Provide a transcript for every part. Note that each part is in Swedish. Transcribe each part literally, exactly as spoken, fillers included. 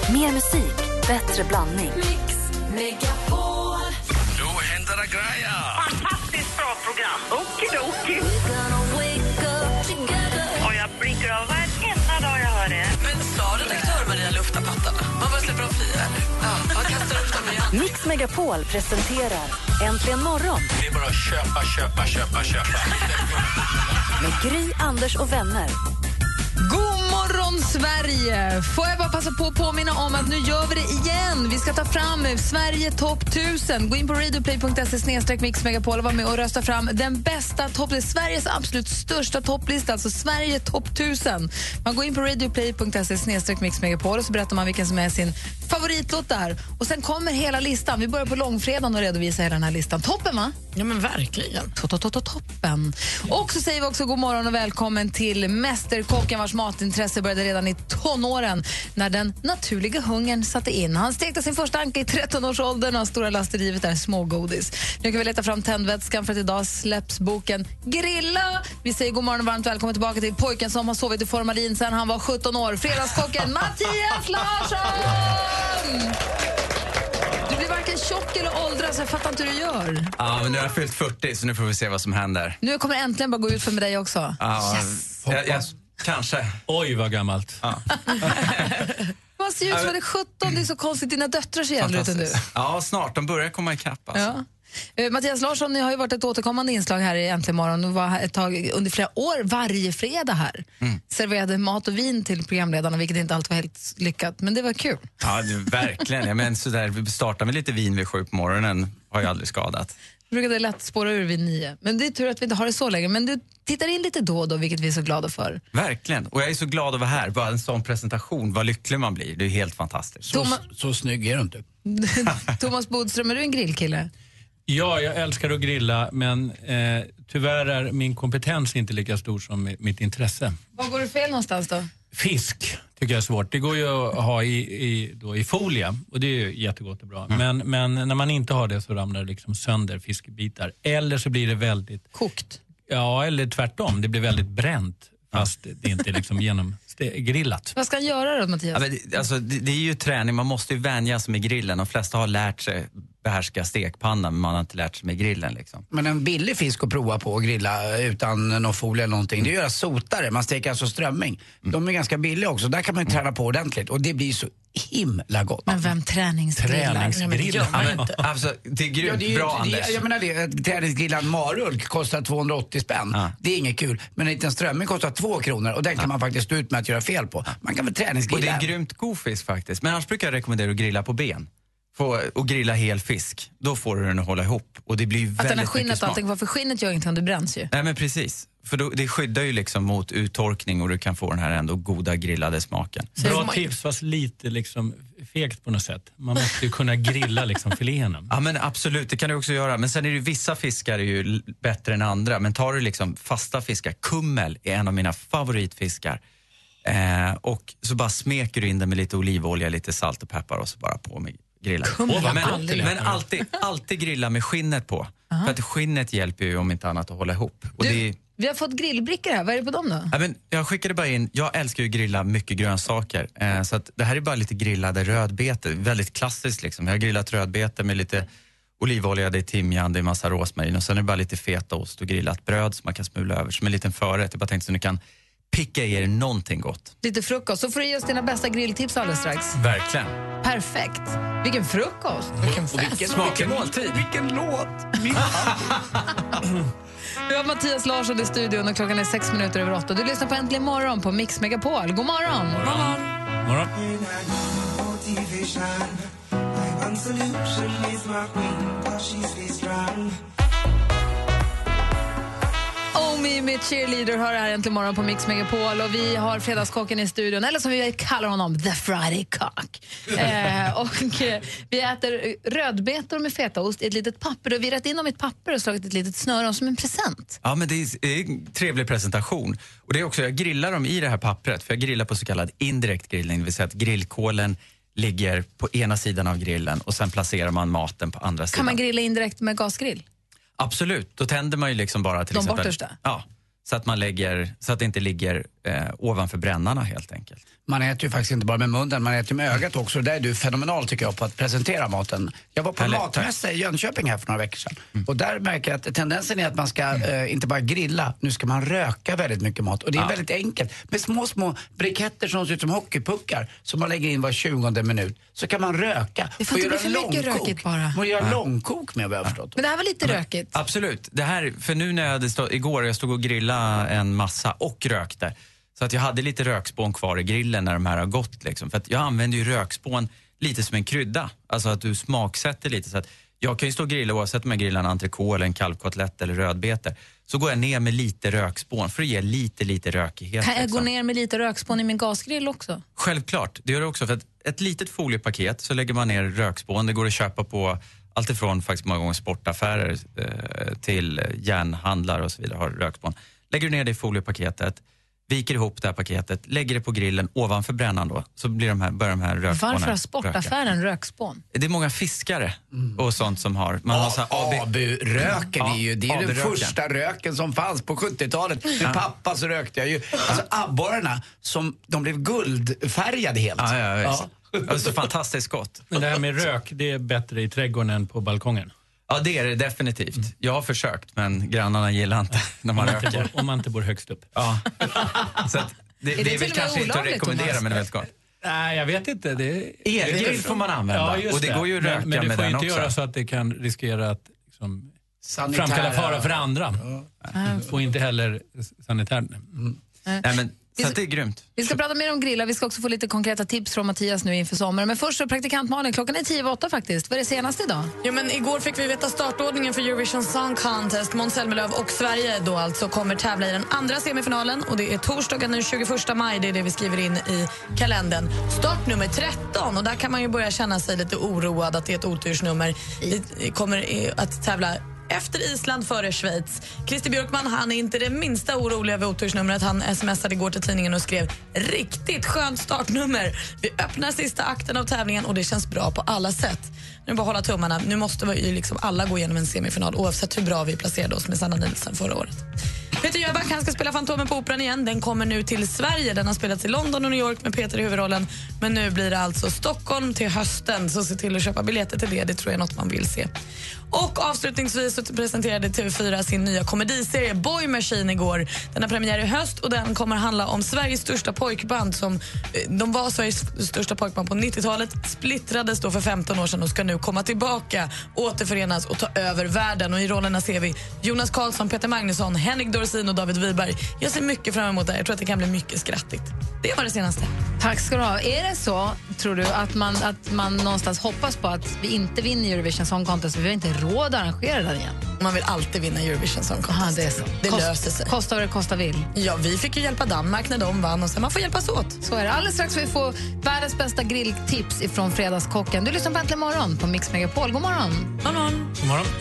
Mer musik, bättre blandning. Mix Megapol. Då händer det grejer. Fantastiskt bra program. Okidoki. Och jag blir av varenda dag jag hör det. Men sa redaktör Maria lufta pattarna? Man bara släpper dem fria nu. Ja, jag kastar upp dem igen. Mix Megapol presenterar Äntligen morgon. Det är bara att köpa, köpa, köpa, köpa. Med Gry, Anders och vänner. God morgon, Sverige! Får jag bara passa på att påminna om att nu gör vi det igen. Vi ska ta fram Sverige topp tusen. Gå in på radioplay punkt se snedstreck mix megapol och var med och rösta fram den bästa topplista, Sveriges absolut största topplista, alltså Sverige topp tusen. Man går in på radioplay punkt se snedstreck mix megapol och så berättar man vilken som är sin favoritlåt där. Och sen kommer hela listan. Vi börjar på långfredagen och redovisa hela den här listan. Toppen, va? Ja, men verkligen. Toppen. Och så säger vi också god morgon och välkommen till mästerkocken vars matintresse började redan i tonåren när den naturliga hungern satte in. Han stekte sin första anka i tretton-årsåldern och stora lasterivet är smågodis. Nu kan vi leta fram tändvätskan för att idag släpps boken Grilla. Vi säger god morgon och varmt välkommen tillbaka till pojken som har sovit i formalin sedan han var sjutton år. Fredagskocken Mattias Larsson! Du blir varken tjock eller åldras, jag fattar inte hur du gör. Ja, men nu har jag fyllt fyrtio så nu får vi se vad som händer. Nu kommer det äntligen bara gå ut för med dig också. Ja, yes. jag, jag, kanske. Oj, vad gammalt. Ja. Man ser ut som att det är sjutton, det är så konstigt. Dina döttrar ser äldre ut än du. Ja, snart. De börjar komma ikapp alltså. Ja. Uh, Mattias Larsson, ni har ju varit ett återkommande inslag här i Äntligen morgon och var här ett tag under flera år varje fredag här. Mm. Serverade mat och vin till programledarna, vilket inte alltid var helt lyckat, men det var kul. Ja, det, verkligen. Jag men, så där, vi startar med lite vin vid sju på morgonen har jag aldrig skadat. Det brukade lätt spåra ur vid nio. Men det är tur att vi inte har det så länge. Men du tittar in lite då och då, vilket vi är så glada för. Verkligen. Och jag är så glad att vara här. Bara en sån presentation, vad lycklig man blir. Det är helt fantastiskt. Så, Toma- så snygg är du inte. Thomas Bodström, är du en grillkille? Ja, jag älskar att grilla, men eh, tyvärr är min kompetens inte lika stor som mitt intresse. Var går du fel någonstans då? Fisk tycker jag är svårt. Det går ju att ha i, i, då, i folie och det är ju jättegott och bra. Mm. Men, men när man inte har det så ramlar det liksom sönder fiskbitar. Eller så blir det väldigt... Kokt? Ja, eller tvärtom. Det blir väldigt bränt fast det inte är liksom genomgrillat. Vad ska han göra då, Mattias? Ja, men det, alltså, det, det är ju träning. Man måste ju vänja sig med grillen. De flesta har lärt sig behärska stekpannan, men man har inte lärt sig med grillen liksom. Men en billig fisk att prova på och grilla utan någon folie eller någonting, det är att göra sotare. Man steker alltså strömming. Mm. De är ganska billiga också. Där kan man ju träna på ordentligt och det blir så himla gott. Men vem träningsgrillar? Träningsgrillar? Ja, men, alltså, det är grymt. Ja, det är ju, bra, det, Anders. Jag menar det, träningsgrillad marulk kostar tvåhundraåttio spänn. Ja. Det är inget kul. Men en liten strömming kostar två kronor och den kan ja. man faktiskt stå ut med att göra fel på. Man kan väl träningsgrilla. Och det är grymt god fisk faktiskt. Men annars brukar jag rekommendera att grilla på ben. Få, och grilla hel fisk. Då får du den att hålla ihop. Och det blir väldigt att den har mycket skinnet smak. Allting, för skinnet gör inte om det bränns ju. Nej men precis. För då, det skyddar ju liksom mot uttorkning och du kan få den här ändå goda grillade smaken. Bra tips, fast lite liksom fegt på något sätt. Man måste ju kunna grilla liksom filéerna. Ja men absolut, det kan du också göra. Men sen är det ju vissa fiskar är ju bättre än andra. Men tar du liksom fasta fiskar, kummel är en av mina favoritfiskar. Eh, och så bara smeker du in den med lite olivolja, lite salt och peppar och så bara på med grilla. Kummel, men aldrig. men alltid, alltid grilla med skinnet på. Uh-huh. För att skinnet hjälper ju om inte annat att hålla ihop. Och du, det är... Vi har fått grillbrickor här, vad är det på dem då? Ja, men jag skickade bara in, jag älskar ju att grilla mycket grönsaker. Eh, så att det här är bara lite grillade rödbetor, väldigt klassiskt liksom. Jag har grillat rödbetor med lite olivolja, det är timjan, det är massa rosmarin och sen är det bara lite fetaost och grillat bröd som man kan smula över som en liten förrätt. Jag bara tänkte så ni kan picka i er någonting gott. Lite frukost, så får du ge oss dina bästa grilltips alldeles strax. Verkligen. Perfekt. Vilken frukost. Vilken fest. Vilken smaklig måltid. Vilken låt. Vi har Mattias Larsson i studion och klockan är sex minuter över åtta. Du lyssnar på Äntligen morgon på Mix Megapol. God morgon. God morgon. God morgon. Oh Me med Cheerleader hör här äntligen morgon på Mix Megapol och vi har fredagskocken i studion, eller som vi kallar honom, The Friday Cock. eh, och eh, vi äter rödbetor med fetaost i ett litet papper och vi har rätt in dem i ett papper och slagit ett litet snöre om som en present. Ja men det är, det är en trevlig presentation och det är också, jag grillar dem i det här pappret för jag grillar på så kallad indirekt grillning, det vill säga att grillkolen ligger på ena sidan av grillen och sen placerar man maten på andra sidan. Kan man grilla indirekt med gasgrill? Absolut, då tänder man ju liksom bara till de exempel... bortersta? Ja, så att man lägger, så att det inte ligger eh, ovanför brännarna helt enkelt. Man äter ju faktiskt inte bara med munnen, man äter med ögat också. Där är du fenomenal tycker jag på att presentera maten. Jag var på en matmässa i Jönköping här för några veckor sedan. Mm. Och där märker jag att tendensen är att man ska eh, inte bara grilla, nu ska man röka väldigt mycket mat. Och det är ja. väldigt enkelt. Med små, små briketter som ser ut som hockeypuckar som man lägger in var tjugonde minut. Så kan man röka. Det får inte bli för mycket rökigt bara. Man gör ja. långkok med vad jag har förstått. Men det här var lite rökigt. Absolut. Det här, för nu när jag hade stå, igår jag stod och grillade en massa och rökte. Så att jag hade lite rökspån kvar i grillen när de här har gått. Liksom. För att jag använder ju rökspån lite som en krydda. Alltså att du smaksätter lite. Så att jag kan ju stå och grilla oavsett om jag grillar en entrecote eller en kalvkotlett eller rödbetor. Så går jag ner med lite rökspån för att ge lite, lite rökighet. Kan jag liksom. gå ner med lite rökspån i min gasgrill också? Självklart, det gör det också. För att ett litet foliepaket så lägger man ner rökspån. Det går att köpa på allt ifrån faktiskt många gånger sportaffärer eh, till järnhandlar och så vidare har rökspån. Lägger du ner det i foliepaketet, viker ihop det här paketet, lägger det på grillen ovanför brännan då, så blir de här, börjar de här rökspånen. Varför har sportaffären röka? rökspån? Det är många fiskare och sånt som har. Man A- har så här, A B U-röken är ju, det är ju den A B-röken. första röken som fanns på sjuttiotalet. Med pappa så rökte jag ju. Alltså abborrarna, som, de blev guldfärgade helt. Ja, ja, visst. Ja. Alltså fantastiskt gott. Men det här med rök, det är bättre i trädgården än på balkongen? Ja, det är det definitivt. Mm. Jag har försökt, men grannarna gillar inte när man röker. Om man inte bor högst upp. Ja. Så att det, det, det är väl kanske inte att rekommendera, Thomas? Men det är väldigt gott. Nej, jag vet inte. Elgrill får man använda. Ja, och det, det går ju att röka men, men med du får den inte också. göra så att det kan riskera att liksom, Sanitär, framkalla fara för andra. Ja. Och inte heller sanitär. Mm. Nej, men så att det är grymt. Vi ska prata mer om grillar. Vi ska också få lite konkreta tips från Mattias nu inför sommaren. Men först så praktikant Malin, klockan är tio över åtta faktiskt. Vad är det senaste idag? Jo, men igår fick vi veta startordningen för Eurovision Song Contest. Måns Zelmerlöw och Sverige då alltså kommer tävla i den andra semifinalen. Och det är torsdagen den tjugoförsta maj, det är det vi skriver in i kalendern. Start nummer tretton, och där kan man ju börja känna sig lite oroad att det är ett otursnummer. Vi kommer att tävla efter Island före Schweiz. Christer Björkman, han är inte det minsta orolig över otursnumret. Han smsade igår till tidningen och skrev riktigt skönt startnummer. Vi öppnar sista akten av tävlingen och det känns bra på alla sätt. Nu bara hålla tummarna. Nu måste vi ju liksom alla gå igenom en semifinal oavsett hur bra vi placerade oss med Sanna Nilsson förra året. Peter Jöback, han ska spela Fantomen på Operan igen. Den kommer nu till Sverige. Den har spelats i London och New York med Peter i huvudrollen. Men nu blir det alltså Stockholm till hösten. Så se till att köpa biljetter till det. Det tror jag är något man vill se. Och avslutningsvis så presenterade T V fyra sin nya komediserie Boy Machine igår. Den har premiär i höst och den kommer handla om Sveriges största pojkband. Som, de var Sveriges största pojkband på nittiotalet. Splittrades då för femton år sedan och ska nu komma tillbaka, återförenas och ta över världen. Och i rollerna ser vi Jonas Karlsson, Peter Magnusson, Henrik Dorsin och David Wiberg. Jag ser mycket fram emot det. Jag tror att det kan bli mycket skrattigt. Det var det senaste. Tack ska du ha. Är det så, tror du, att man, att man någonstans hoppas på att vi inte vinner Eurovision Song Contest? Vi har inte råd att arrangera den igen. Man vill alltid vinna Eurovision Song Contest. Aha, det är så. Det Kost, löser sig. Kosta vad det kosta vill. Ja, vi fick ju hjälpa Danmark när de vann och sen man får hjälpas åt. Så är det. Alldeles strax får vi få världens bästa grilltips ifrån Fredagskocken. Du lyssnar på Äntligen morgon på Mix Megapol. God morgon. God morgon. God morgon.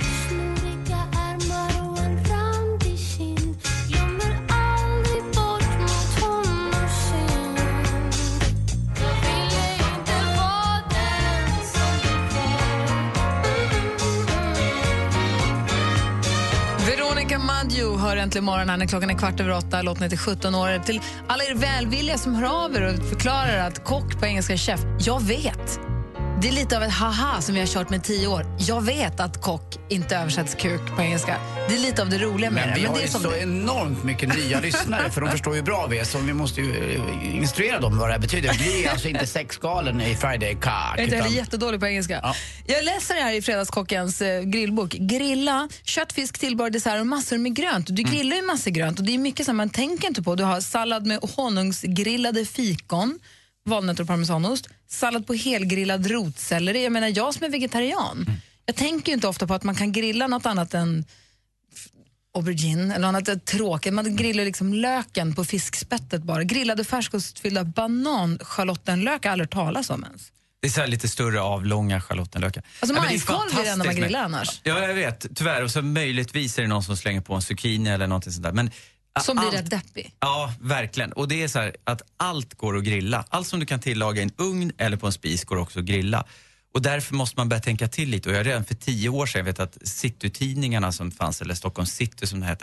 Maggio hör äntligen morgon när klockan är kvart över åtta. Låten heter sjutton år. Till alla er välvilliga som hör av er och förklarar att kock på engelska är chef. Jag vet. Det är lite av ett haha som vi har kört med tio år. Jag vet att kock inte översätts kuk på engelska. Det är lite av det roliga med men det. Vi Men har det är ju som så det. enormt mycket nya lyssnare för de förstår ju bra vi, så vi måste ju eh, instruera dem vad det här betyder. Vi är alltså inte sexgalen i Friday Cock. Jag är inte heller jättedålig på engelska. Ja. Jag läser det här i Fredagskockens eh, grillbok. Grilla, kött, fisk, tillbehör, dessert och massor med grönt. Du grillar ju massor grönt och det är mycket som man tänker inte på. Du har sallad med honungsgrillade fikon, valnötter och parmesanost, sallad på helgrillad rotselleri. Jag menar, jag som är vegetarian, mm. jag tänker ju inte ofta på att man kan grilla något annat än aubergine eller något annat tråkigt. Man grillar liksom löken på fiskspettet bara. Grillade färskostfyllda banan schalottenlök har aldrig talas om ens. Det är så här lite större avlånga schalottenlökar. Alltså ja, majskolv är det enda man grillar annars. Ja, jag vet. Tyvärr. Och så möjligtvis är det någon som slänger på en zucchini eller något sånt där. Men som blir allt, rätt deppig. Ja, verkligen. Och det är så här att allt går att grilla. Allt som du kan tillaga i en ugn eller på en spis går också att grilla. Och därför måste man börja tänka till lite. Och jag redan för tio år sedan vet att City-tidningarna som fanns, eller Stockholm City som det heter,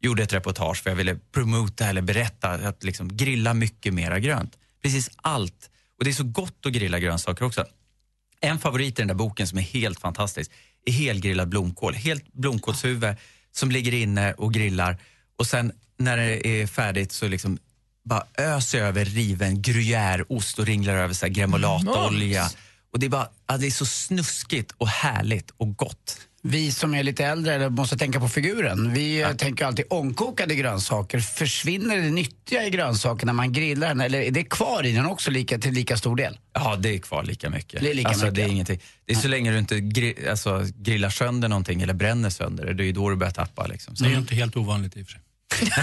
gjorde ett reportage för jag ville promota eller berätta att liksom grilla mycket mera grönt. Precis allt. Och det är så gott att grilla grönsaker också. En favorit i den där boken som är helt fantastisk är helgrillad blomkål. Helt blomkålshuvud som ligger inne och grillar. Och sen när det är färdigt så liksom bara öser över riven gruyèreost och ringlar över så här gremolatolja. Och det är bara, ja, det är så snuskigt och härligt och gott. Vi som är lite äldre eller måste tänka på figuren. Vi ja. tänker alltid omkokade grönsaker. Försvinner det nyttiga i grönsaker när man grillar den? Eller är det kvar i den också lika, till lika stor del? Ja, det är kvar lika mycket. Det är lika alltså, mycket. Det är ingenting. Det är så länge du inte gri- alltså, grillar sönder någonting eller bränner sönder det. Det är ju då du börjar tappa. Liksom. Det är ju inte helt ovanligt i och för sig.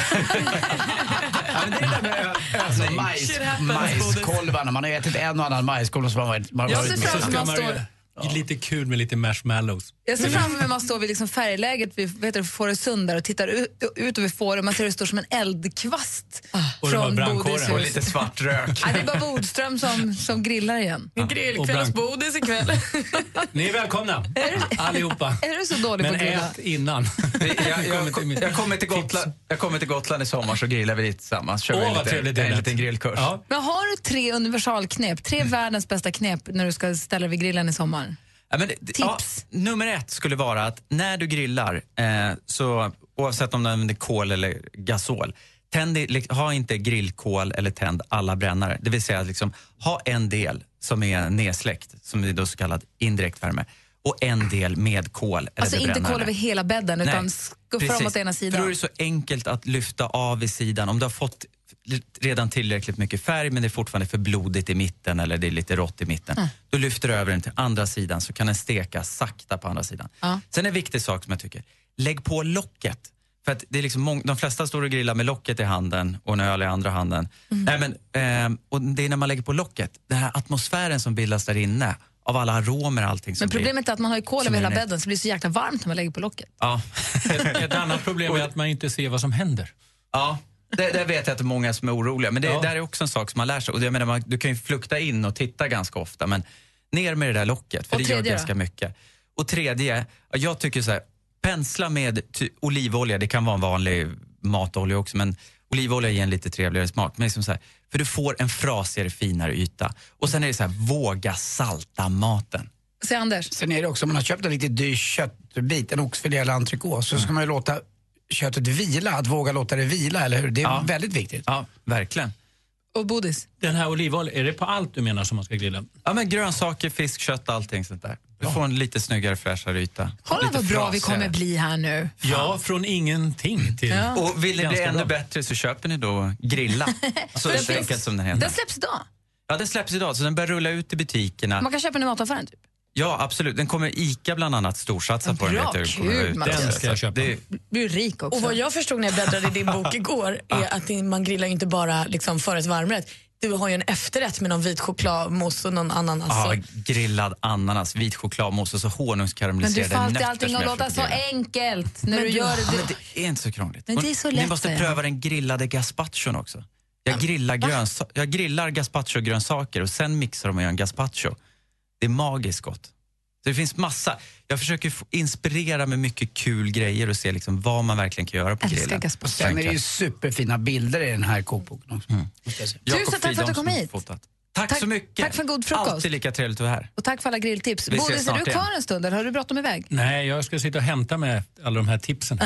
Ja, men det är det med alltså, majs, majskolvarna. Man har ätit en och annan majskolv som man har man Jag ser fram emot man står... Ja. Lite kul med lite marshmallows. Jag ser fram emot att man står vid liksom färgläget vid vet du, Fårösund där och tittar ut, ut över Fårö och man ser det står som en eldkvast och från Bodis. Och lite svart rök. Ja, det är bara Bodström som, som grillar igen. Ja. Grillkväll hos Bodis ikväll. Ni är välkomna, allihopa. Är du så dålig Men på att grilla? ät innan. jag, jag, jag, jag, kommer till Gotland, jag kommer till Gotland i sommar så grillar vi lite tillsammans. Kör Åh, vi vad lite, trevligt det en lät. liten grillkurs. Ja. Men har du tre universalknep, tre världens bästa knep när du ska ställa vid grillen i sommar? Ja, men, Tips. Ja, nummer ett skulle vara att när du grillar, eh, så oavsett om du använder kol eller gasol, tänd, ha inte grillkol eller tänd alla brännare. Det vill säga liksom, ha en del som är nedsläckt, som är då så kallad indirekt värme, och en del med kol eller Alltså inte brännare. kol över hela bädden utan Nej, skuffa precis. dem åt ena sidan. För då är det så enkelt att lyfta av i sidan. Om du har fått redan tillräckligt mycket färg men det är fortfarande för blodigt i mitten eller det är lite rått i mitten. Mm. Då lyfter du över den till andra sidan så kan den steka sakta på andra sidan. Ja. Sen en viktig sak som jag tycker, lägg på locket. För att det är liksom mång- de flesta står och grillar med locket i handen och en öl i andra handen. Mm. Nej, men, eh, och det är när man lägger på locket, den här atmosfären som bildas där inne av alla aromer och allting. Som men problemet blir, är att man har ju kol över hela bädden så det blir så jäkla varmt när man lägger på locket. Ja. ett, ett annat problem är att man inte ser vad som händer. Ja. Det, det vet jag att det är många som är oroliga. Men det, ja. det är också en sak som man lär sig. Och jag menar, man, du kan ju flukta in och titta ganska ofta. Men ner med det där locket. För och det gör ganska då? mycket. Och tredje, jag tycker så här. Pensla med ty, olivolja. Det kan vara en vanlig matolja också. Men olivolja ger en lite trevligare smak. Men liksom så här, för du får en frasigare, finare yta. Och sen är det så här, våga salta maten. Se Anders. Sen är det också, om man har köpt en riktigt dyr köttbit, en oxfilé eller entrecote, så ska man ju låta köttet vila, att våga låta det vila, eller hur? Det är ja. väldigt viktigt. Ja, verkligen. Och Bodis? Den här olivoljan, är det på allt du menar som man ska grilla? Ja, men grönsaker, fisk, kött, allting sånt där. Du ja. får en lite snyggare, fräschare yta. Kolla vad bra vi kommer bli här nu. Ja, från ingenting till... Ja. Och vill det bli ännu bra. bättre så köper ni då Grilla. Så det är enkelt som den heter. Den släpps idag? Ja, den släpps idag, så den börjar rulla ut i butikerna. Man kan köpa den i mataffären typ? Ja, absolut. Den kommer ICA bland annat storsatsa på. Bra, den. kul. Den ska jag köpa. Det... Blir rik också. Och vad jag förstod när jag bläddrade i din bok igår är att man grillar ju inte bara liksom för ett varmrätt. Du har ju en efterrätt med någon vit chokladmousse och någon ananas. Ja, grillad ananas, vit chokladmousse och så honungskaramelliserade nötter. Men du får alltid allting att låta så enkelt när men du gör det. Ja, men det är inte så krångligt. Men det är så lätt. Ni måste pröva den grillade gazpachon också. Jag grillar, grönsa- jag grillar gazpacho-grönsaker och sen mixar de och gör en gazpacho. Det är magiskt gott. Så det finns massa. Jag försöker få inspirera med mycket kul grejer och se liksom vad man verkligen kan göra på grillen. Och sen är det ju superfina bilder i den här kokboken också. Mm. Tusen tack för att du kom hit. Tack, tack så mycket. Tack för en god frukost. Alltid lika trevligt att vara här. Och tack för alla grilltips. Bodis, är du kvar igen. En stund eller har du bråttom iväg? Nej, jag ska sitta och hämta med alla de här tipsen.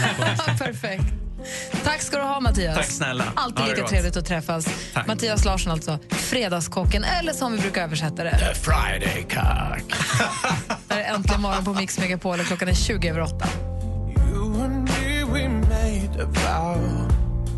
Perfekt. Tack ska du ha, Mattias. Tack snälla. Alltid lika trevligt att träffas. Tack. Mattias Larsson alltså, fredagskocken, eller som vi brukar översätta det, The Friday Cock. Det är äntligen morgon på Mix Megapol och klockan är tjugo över åtta. You and me, we made a vow.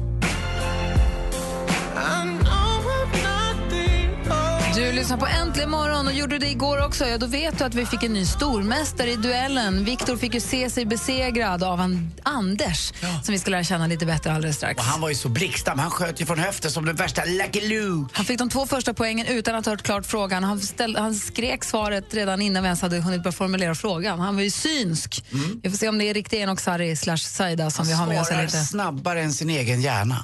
Du lyssnar på Äntligen morgon och gjorde det igår också. Ja, då vet du att vi fick en ny stormästare i duellen. Viktor fick ju se sig besegrad av en Anders, ja. Som vi ska lära känna lite bättre alldeles strax. Och han var ju så blixtsam. Han sköt ju från höften som den värsta Lucky Luke. Han fick de två första poängen utan att ha hört klart frågan. Han, ställde, han skrek svaret redan innan vi ens hade hunnit börja formulera frågan. Han var ju synsk. Mm. Vi får se om det är riktigt Enoch Sarri slash Saida som han vi har med oss lite. Han snabbare än sin egen hjärna.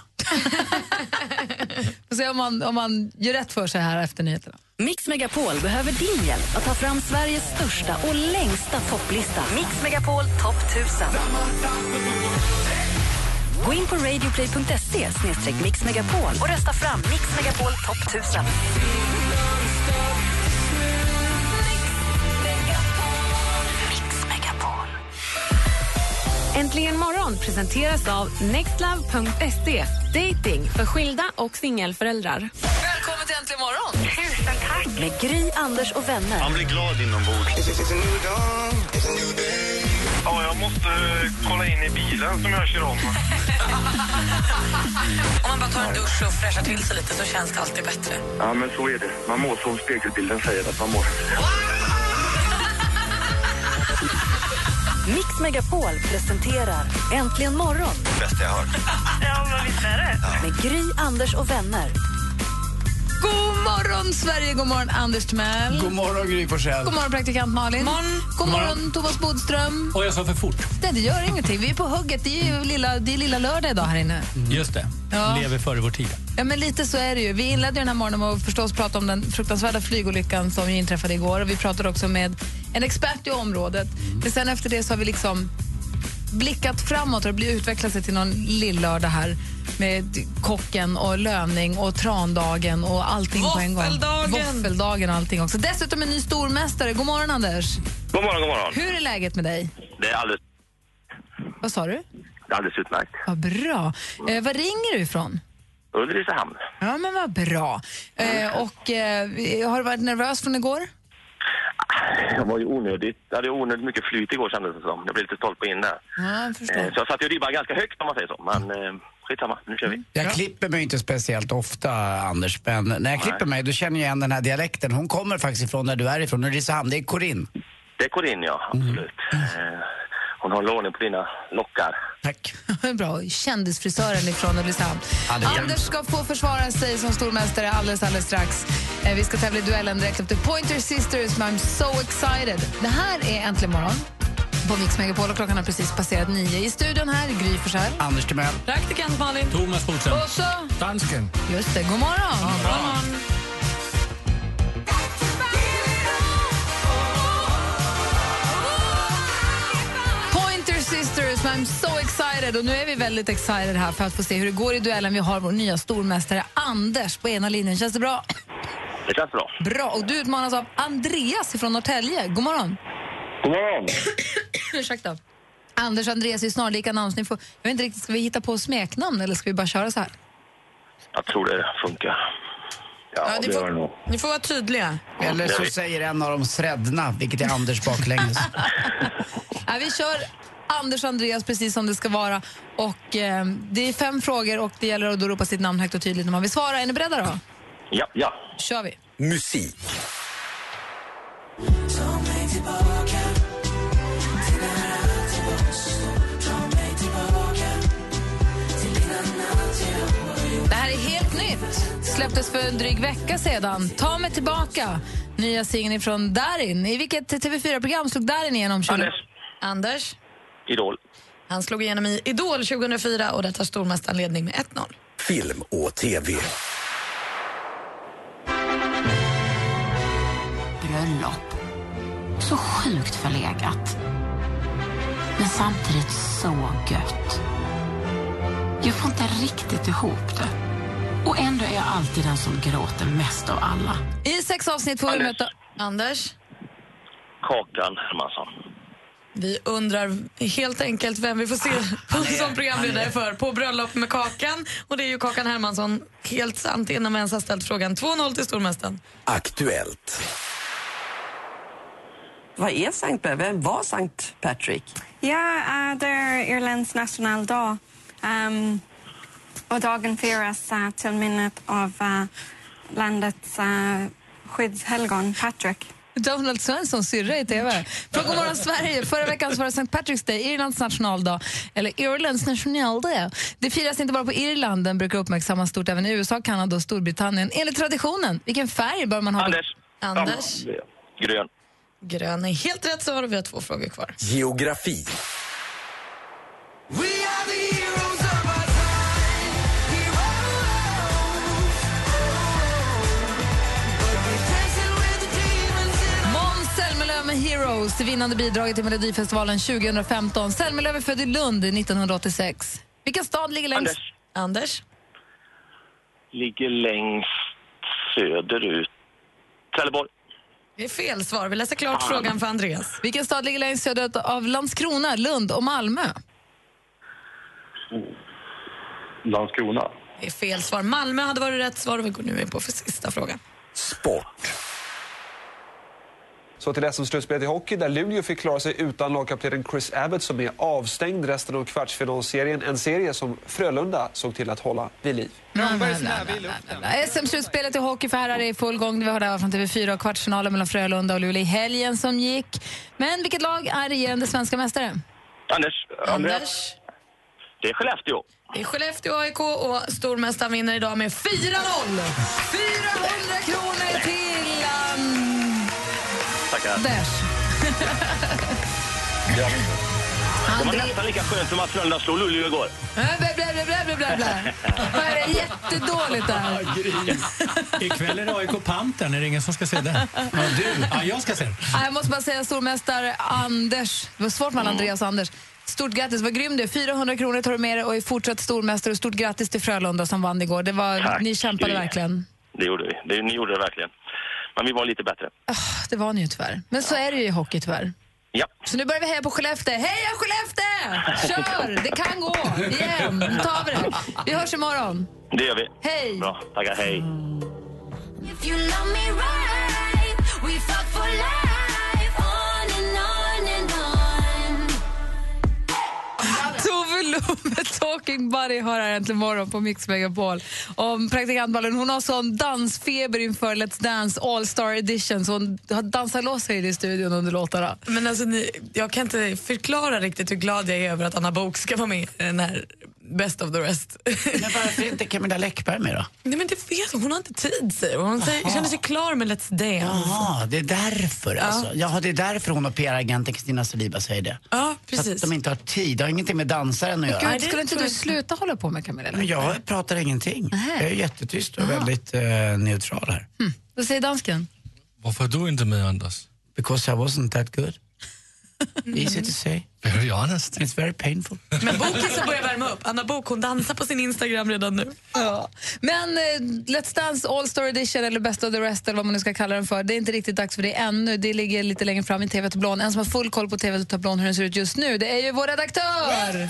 Får se om man, om man gör rätt för sig här efter nyheterna. Mix Megapol behöver din hjälp att ta fram Sveriges största och längsta topplista. Mix Megapol topp tusen. Gå in på radioplay punkt se slash mixmegapol och rösta fram Mix Megapol topp tusen. Mix Megapol. Äntligen morgon presenteras av nextlove punkt se. Dating för skilda och singelföräldrar. Välkommen till Äntligen morgon. Tusen tack. Med Gry, Anders och vänner. Man blir glad inombords. Ja, jag måste kolla in i bilen som jag kör om. Om man bara tar en dusch och fräschar till sig lite så känns det alltid bättre. Ja, men så är det. Man mår som spegelbilden säger att man mår. Mix Megapol presenterar Äntligen morgon. Bästa jag hört. Ja, men visst är det. Med Gry, Anders och vänner. God morgon, Sverige. God morgon, Anders Timell. God morgon, Gry Forssell. God morgon, praktikant Malin. Morgon. God morgon, Thomas Bodström. Och jag sa för fort. Nej, det gör ingenting. Vi är på hugget. Det är ju lilla, det är lilla lördag idag här inne. Just det. Ja. Lever före vår tid. Ja, men lite så är det ju. Vi inledde den här morgonen med att förstås prata om den fruktansvärda flygolyckan som ju inträffade igår. Och vi pratade också med en expert i området. Men sen efter det så har vi liksom blickat framåt och det blir utvecklat sig till någon lillördag här med kocken och löning och trandagen och allting på en gång. Våffeldagen. Våffeldagen och allting också. Dessutom en ny stormästare. God morgon, Anders. God morgon, god morgon. Hur är läget med dig? Det är alldeles, Vad sa du? det är alldeles utmärkt. Vad bra. Eh, vad ringer du ifrån? Ulricehamn. Ja, men vad bra. Eh, och eh, har du varit nervös från igår? Jag var ju onödigt. Jag hade onödigt mycket flyt igår kändes det som. Jag blev lite stolt på in där. Ja, jag förstår. Eh, Så jag satte ju ribban ganska högt om man säger så. Men eh, skitsamma, nu kör vi. Jag klipper mig inte speciellt ofta, Anders, men när jag klipper mig då känner jag igen den här dialekten. Hon kommer faktiskt ifrån där du är ifrån, Ulricehamn. Det är Corinne. Det är Corinne, ja. Absolut. Eh, Hon har lånen på dina lockar. Tack. Bra. Kändisfrisören ifrån Ulricehamn. Anders ska få försvara sig som stormästare alldeles, alldeles strax. Eh, vi ska tävla i duellen direkt efter Pointer Sisters, I'm so excited. Det här är Äntligen morgon på Mix Megapol och klockan har precis passerat nio. I studion här, Gry Forssell. Anders Timell. Praktikant Malin. Thomas Bodström. Och så, Dansken. just det, god morgon. Ja, bra. God morgon. Pointer Sisters, I'm so excited. Och nu är vi väldigt excited här för att få se hur det går i duellen. Vi har vår nya stormästare Anders på ena linjen. Känns det bra? Det känns bra. Bra. Och du utmanas av Andreas från Norrtälje. God morgon. God morgon. Ursäkta. Anders och Andreas är snarlika namn. Så ni får, jag vet inte riktigt, ska vi hitta på smeknamn eller ska vi bara köra så här? Jag tror det funkar. Ja, Ja, ni, det gör det får, nog. ni får vara tydliga. Eller så säger en av dem Sredna, vilket är Anders baklänges. Ja, vi kör Anders och Andreas precis som det ska vara. Och eh, det är fem frågor och det gäller att då ropa sitt namn högt och tydligt när man vill svara. Är ni beredda då? Ja, ja. Kör vi. Musik. Det här är helt nytt. Släpptes för en dryg vecka sedan. Ta mig tillbaka. Nya singeln från Darin. I vilket T V fyra-program slog Darin igenom? Anders. Anders. Idol. Han slog igenom i Idol tjugohundrafyra och det tar stormästaren ledning med ett noll. Film och tv. Bröllop. Så sjukt förlegat. Men samtidigt så gött. Jag får inte riktigt ihop det. Och ändå är jag alltid den som gråter mest av alla. I sex avsnitt får vi Anders. möta... Anders. Kakan Hermansson. Vi undrar helt enkelt vem vi får se på, som programledare för På bröllop med Kakan. Och det är ju Kakan Hermansson. Helt sant innan vi ens har ställt frågan. två noll till stormästaren. Aktuellt. Vad är Sankt Patrick? Vem var Sankt Patrick? Ja, uh, det är Irlands nationaldag. Um, och dagen firas uh, till minnet av uh, landets uh, skyddshelgon Patrick. Donald Svensson syrra i T V. Från God morgon Sverige. Förra veckan var det Sankt Patrick's Day, Irlands nationaldag. Eller Irlands nationaldag. Det firas inte bara på Irland, den brukar uppmärksammas stort även i U S A, Kanada och Storbritannien. Enligt traditionen, vilken färg bör man ha? Anders. Anders. Ja, grön. Grön är helt rätt svar och vi har två frågor kvar. Geografi. Måns Zelmerlöw med Heroes, det vinnande bidraget till Melodifestivalen tjugohundrafemton. Zelmerlöw är född i Lund nittonhundraåttiosex. Vilken stad ligger längst? Anders. Anders? Ligger längst söderut. Trelleborg. Det är fel svar. Vi läser klart Fan. frågan för Andreas. Vilken stad ligger längst söderut av Landskrona, Lund och Malmö? Landskrona. Det är fel svar. Malmö hade varit rätt svar och vi går nu in på för sista frågan. Sport. Så till S M-slutspelet i hockey där Luleå fick klara sig utan lagkaptenen Chris Abbott som är avstängd resten av kvartsfinalserien. En serie som Frölunda såg till att hålla vid liv. S M-slutspelet i hockey för herrar är i full gång. Vi har det från T V fyra och kvartsfinalen mellan Frölunda och Luleå i helgen som gick. Men vilket lag är regerande svenska mästare? Anders. Anders. Det är Skellefteå. Det är Skellefteå A I K och stormästaren vinner idag med fyra noll. fyrahundra kronor till um, Tackar. Dash. Ja. Det var nästan lika skönt som att Frölunda slog Luleå igår. Blä, blä, blä, blä, blä, blä. Det är jättedåligt där. Ikväll är det A I K Pantern, är det ingen som ska se det? Ja, du. Ja, jag ska se det. Jag måste bara säga stormästare Anders. Det var svårt med Andreas och Anders. Stort grattis, vad grym du. fyrahundra kronor tar du med dig och är fortsatt stormästare. Och stort grattis till Frölunda som vann igår. Det var, Tack. ni kämpade verkligen. Det gjorde vi. Det, ni gjorde det verkligen. Men vi var lite bättre. Oh, det var ni ju tyvärr. Men så är det ju i hockey tyvärr. Ja. Så nu börjar vi heja på Skellefteå. Heja Skellefteå! Kör! Det kan gå. Igen. Nu tar vi det. Vi hörs imorgon. Det gör vi. Hej! Bra, tackar. Hej. If you love me right, we fuck for life, on and on and on. Tove Lo med Talking Buddy har här äntligen morgon på Mix Megapol. Om praktikantballen, hon har sån dansfeber inför Let's Dance All Star Edition så hon har dansat loss sig i studion under låtarna. Men alltså, ni, jag kan inte förklara riktigt hur glad jag är över att Anna Book ska vara med i den här Best of the Rest. Men varför är inte Camilla Läckberg med då? Nej, men det vet hon, hon har inte tid, säger hon. Hon säger, känner sig klar med Let's Dance. Ja, det är därför alltså. Ja. Ja, det är därför hon och P R-agenten Kristina Saliba säger det. Ja, För att precis. de inte har tid, det har ingenting med dansaren att göra. Gud, Nej, det skulle inte tror du jag sluta hålla på med Camilla? Men jag pratar ingenting. Nähä. Jag är jättetyst och väldigt eh, neutral här. Hmm. Vad säger dansken? Varför är du inte med, Anders? Because I wasn't that good. Easy to say. Very honest. It's very painful. Men boken så börjar värma upp. Anna Book, hon dansar på sin Instagram redan nu. Ja. Men eh, Let's Dance All Star Edition eller Best of the Rest eller vad man nu ska kalla den för, det är inte riktigt dags för det ännu. Det ligger lite längre fram i T V-tablån. En som har full koll på T V-tablån hur den ser ut just nu, det är ju vår redaktör!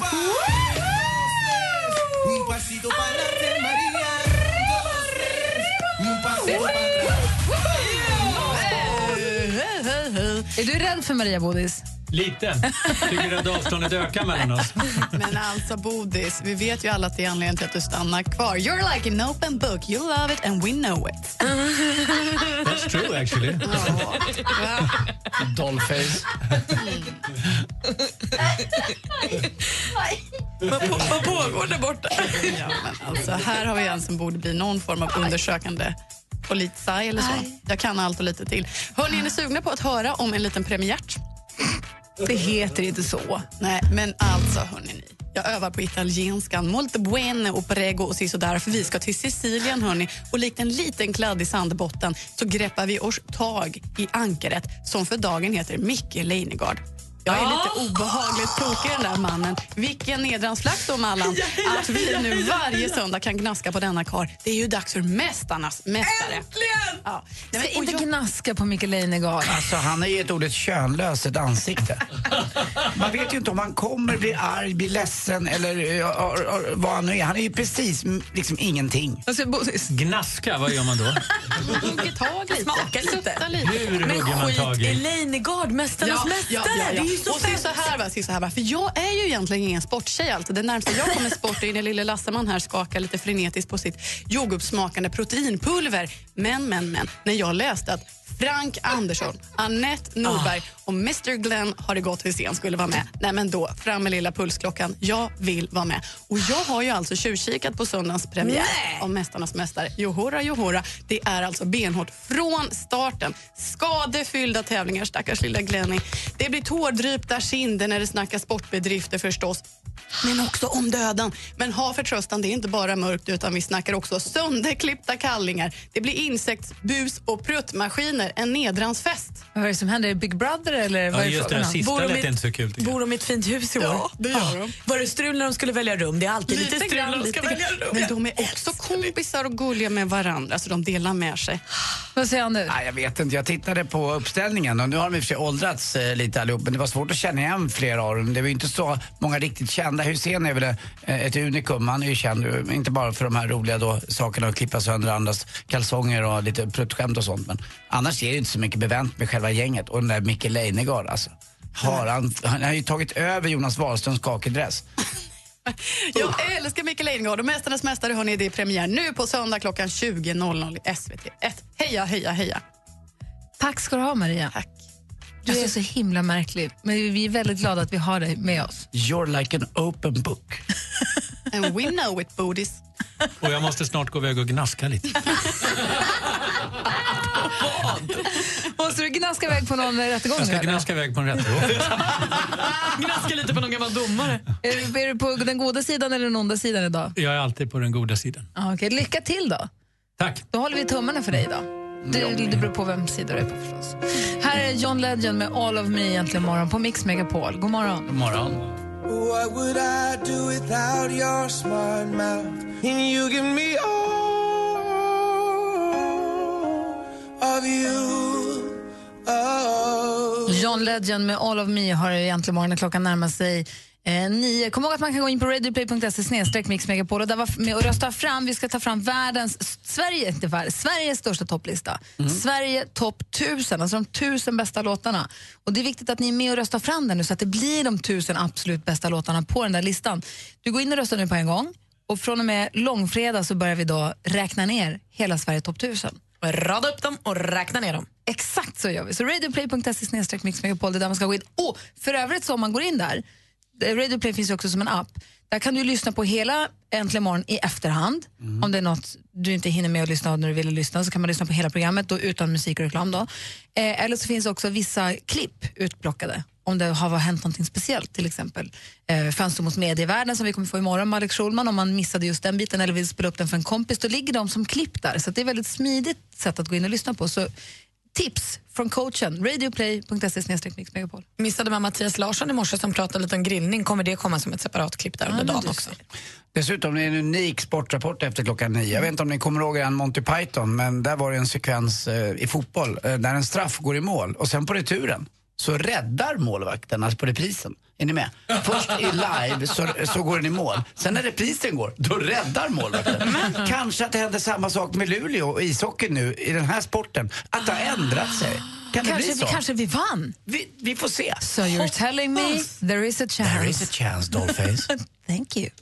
Är du rädd för Maria Bodis? Lite. Tycker du att avståndet ökar mellan oss? Men alltså Bodis, vi vet ju alla att det är anledningen till att du stannar kvar. You're like an open book, you love it and we know it. That's true actually. Ja. Dollface. Vad, på, vad pågår där borta? Ja, men alltså, här har vi en som borde bli någon form av undersökande politsaj eller så. Jag kan allt och lite till. Hörni, är ni sugna på att höra om en liten premiärt? Det heter inte så. Nej, men alltså hörni ni. Jag övar på italienskan. Molto bueno och prego och sisådär. För vi ska till Sicilien hörni. Och likt en liten kladd i sandbotten så greppar vi oss tag i ankaret som för dagen heter Micke Leijnegard. Jag är lite obehagligt tokig den där mannen. Vilken nedransflax då, Mallan. Att vi nu varje söndag kan gnaska på denna kar. Det är ju dags för mästarnas mästare. Äntligen! Ja. Nej, men inte jag... gnaska på Micke Leijnegard. Alltså, han har gett ordet könlös ett ansikte. Man vet ju inte om han kommer bli arg, bli ledsen eller uh, uh, uh, vad han nu är. Han är ju precis m- liksom ingenting. Alltså, Gnaska, vad gör man då? Hugger tag lite. Smaka lite. lite. Hur Men hugger man tag skit i i? Leijnegard, mästarnas Ja, mästare. ja, ja, ja. Det är ju så och se så här va, se så här va. För jag är ju egentligen ingen sporttjej alltså. Det närmsta jag kommer sport är när lille Lasseman här skakar lite frenetiskt på sitt jordgubbssmakande proteinpulver. Men, men, men. När jag läste att Frank Andersson, Annette Norberg och mister Glenn har det gått för sen skulle vara med. Nej men då, fram med lilla pulsklockan. Jag vill vara med. Och jag har ju alltså tjuvkikat på söndagens premiär Nej. av Mästarnas mästare. Johora, johora. Det är alltså benhårt från starten. Skadefyllda tävlingar, stackars lilla Glenny. Det blir tårdrypta kinder när det snackas sportbedrifter förstås. Men också om döden. Men ha förtröstan, det är inte bara mörkt utan vi snackar också sönderklippta kallingar. Det blir insektsbus och pruttmaskiner maskiner, en nedransfest. Vad är det som händer? Är det Big Brother eller vad Ja, är det just det. frågan Det om? sista Bor de lät i- inte så kul tycker jag. Bor de i ett fint hus i år? Ja, det gör de. Var det strul när de skulle välja rum? Det är alltid lite, Lite strul grann, när de ska lite välja grann. rum. Men de är också kompisar och gulliga med varandra, så de delar med sig. Vad säger han nu? Nej, jag vet inte, jag tittade på uppställningen och nu har de i och för sig åldrats eh, lite allihop, men det var svårt att känna igen flera av dem. Det var ju inte så många riktigt kända. Hussein är väl eh, ett unikum, han är ju känd, eh, inte bara för de här roliga då, sakerna att klippa sönder andras kalsonger och lite pruttskämt och sånt, men annars är det inte så mycket bevänt med själva gänget. Och den där Micke Leijnegard alltså. Har han, han har ju tagit över Jonas Wahlströms kakidress. Jag älskar Micke Leijnegard och Mästarnas mästare, hörni, det är premiär nu på söndag klockan tjugo noll noll i S V T ett. Heja, heja, heja. Tack ska du ha, Maria. Tack. Du är så himla märklig, men vi är väldigt glada att vi har dig med oss. You're like an open book. And we know it, Bodis. Och jag måste snart gå iväg och gnaska lite. Måste du gnaska iväg på någon rättegång? Jag ska eller? gnaska iväg på en rättegång. Gnaska lite på någon gammal domare. Är, du- är du på den goda sidan eller den onda sidan idag? Jag är alltid på den goda sidan. Ah, okej. Lycka till då. Tack. Då håller vi tummarna för dig idag. Det, det beror på vem sida du är på förstås. Här är John Legend med All of Me egentligen morgon på Mix Megapol. God morgon. God morgon. What would I do without your smart mouth? And you give me all of you. Oh. John Legend med All of Me har egentligen morgonen, klockan närmar sig eh, nio. Kom ihåg att man kan gå in på radioplay punkt se snedstreck Mix Megapol och där var med och rösta fram. Vi ska ta fram världens, Sverige, inte värld, Sveriges största topplista. Mm. Sverige topp tusen, alltså de tusen bästa låtarna. Och det är viktigt att ni är med och röstar fram den nu så att det blir de tusen absolut bästa låtarna på den där listan. Du går in och röstar nu på en gång och från och med långfredag så börjar vi då räkna ner hela Sverige topp tusen. Rada upp dem och räkna ner dem. Exakt så gör vi. Så radioplay punkt se snedstreck Mix Megapol, det är där man ska gå in. Och för övrigt så om man går in där, Radioplay finns ju också som en app. Där kan du lyssna på hela Äntligen morgon i efterhand. Mm. Om det är något du inte hinner med att lyssna av när du vill lyssna så kan man lyssna på hela programmet då, utan musik och reklam. Då. Eh, eller så finns också vissa klipp utplockade om det har hänt något speciellt. Till exempel eh, Fönster mot medievärlden som vi kommer få imorgon med Alex Schulman. Om man missade just den biten eller vill spela upp den för en kompis, då ligger de som klipp där. Så det är ett väldigt smidigt sätt att gå in och lyssna på. Så tips från coachen, radioplay punkt se snedstreck Mix Megapol. Missade man Mattias Larsson i morse som pratade lite om grillning, kommer det komma som ett separat klipp där Ja, under men dagen du också. Dessutom är det en unik sportrapport efter klockan nio. Jag vet inte om ni kommer ihåg en Monty Python, men där var det en sekvens eh, i fotboll eh, där en straff går i mål och sen på returen så räddar målvakten, alltså på reprisen. Är ni med? Först i live så, så går den i mål. Sen när reprisen går, då räddar målvakten. Men kanske att det händer samma sak med Luleå och ishockey nu i den här sporten. Att det har ändrat sig. Kan det Kanske, bli så? vi, kanske vi vann. Vi, vi får se. So you're telling me there is a chance. There is a chance, Dollface. Thank you.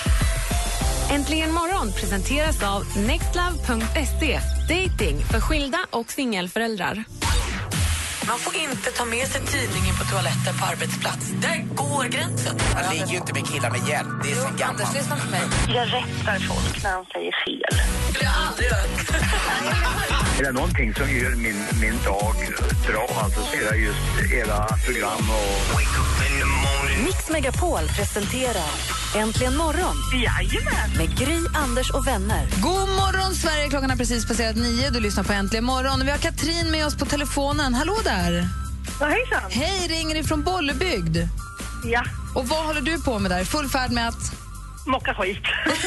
Äntligen morgon presenteras av nextlove punkt se. Dating för skilda och singelföräldrar. Man får inte ta med sig tidningen på toaletten på arbetsplats. Där går gränsen. Man ligger ju inte med killar med hjälp. Det är så gammalt. Anders, lyssna på mig. Jag rättar folk när de säger fel. Det har jag aldrig gjort. Är det någonting som gör min, min dag bra, alltså så är det just era program och... Mix Megapol presenterar Äntligen morgon. Jajamän. Med Gry, Anders och vänner. God morgon Sverige, klockan har precis passerat nio. Du lyssnar på Äntligen morgon. Vi har Katrin med oss på telefonen. Hallå där. Ja, hejsan. Hej, ringer ifrån Bollebygd. Ja. Och vad håller du på med där? Full färd med att... Mocka skit.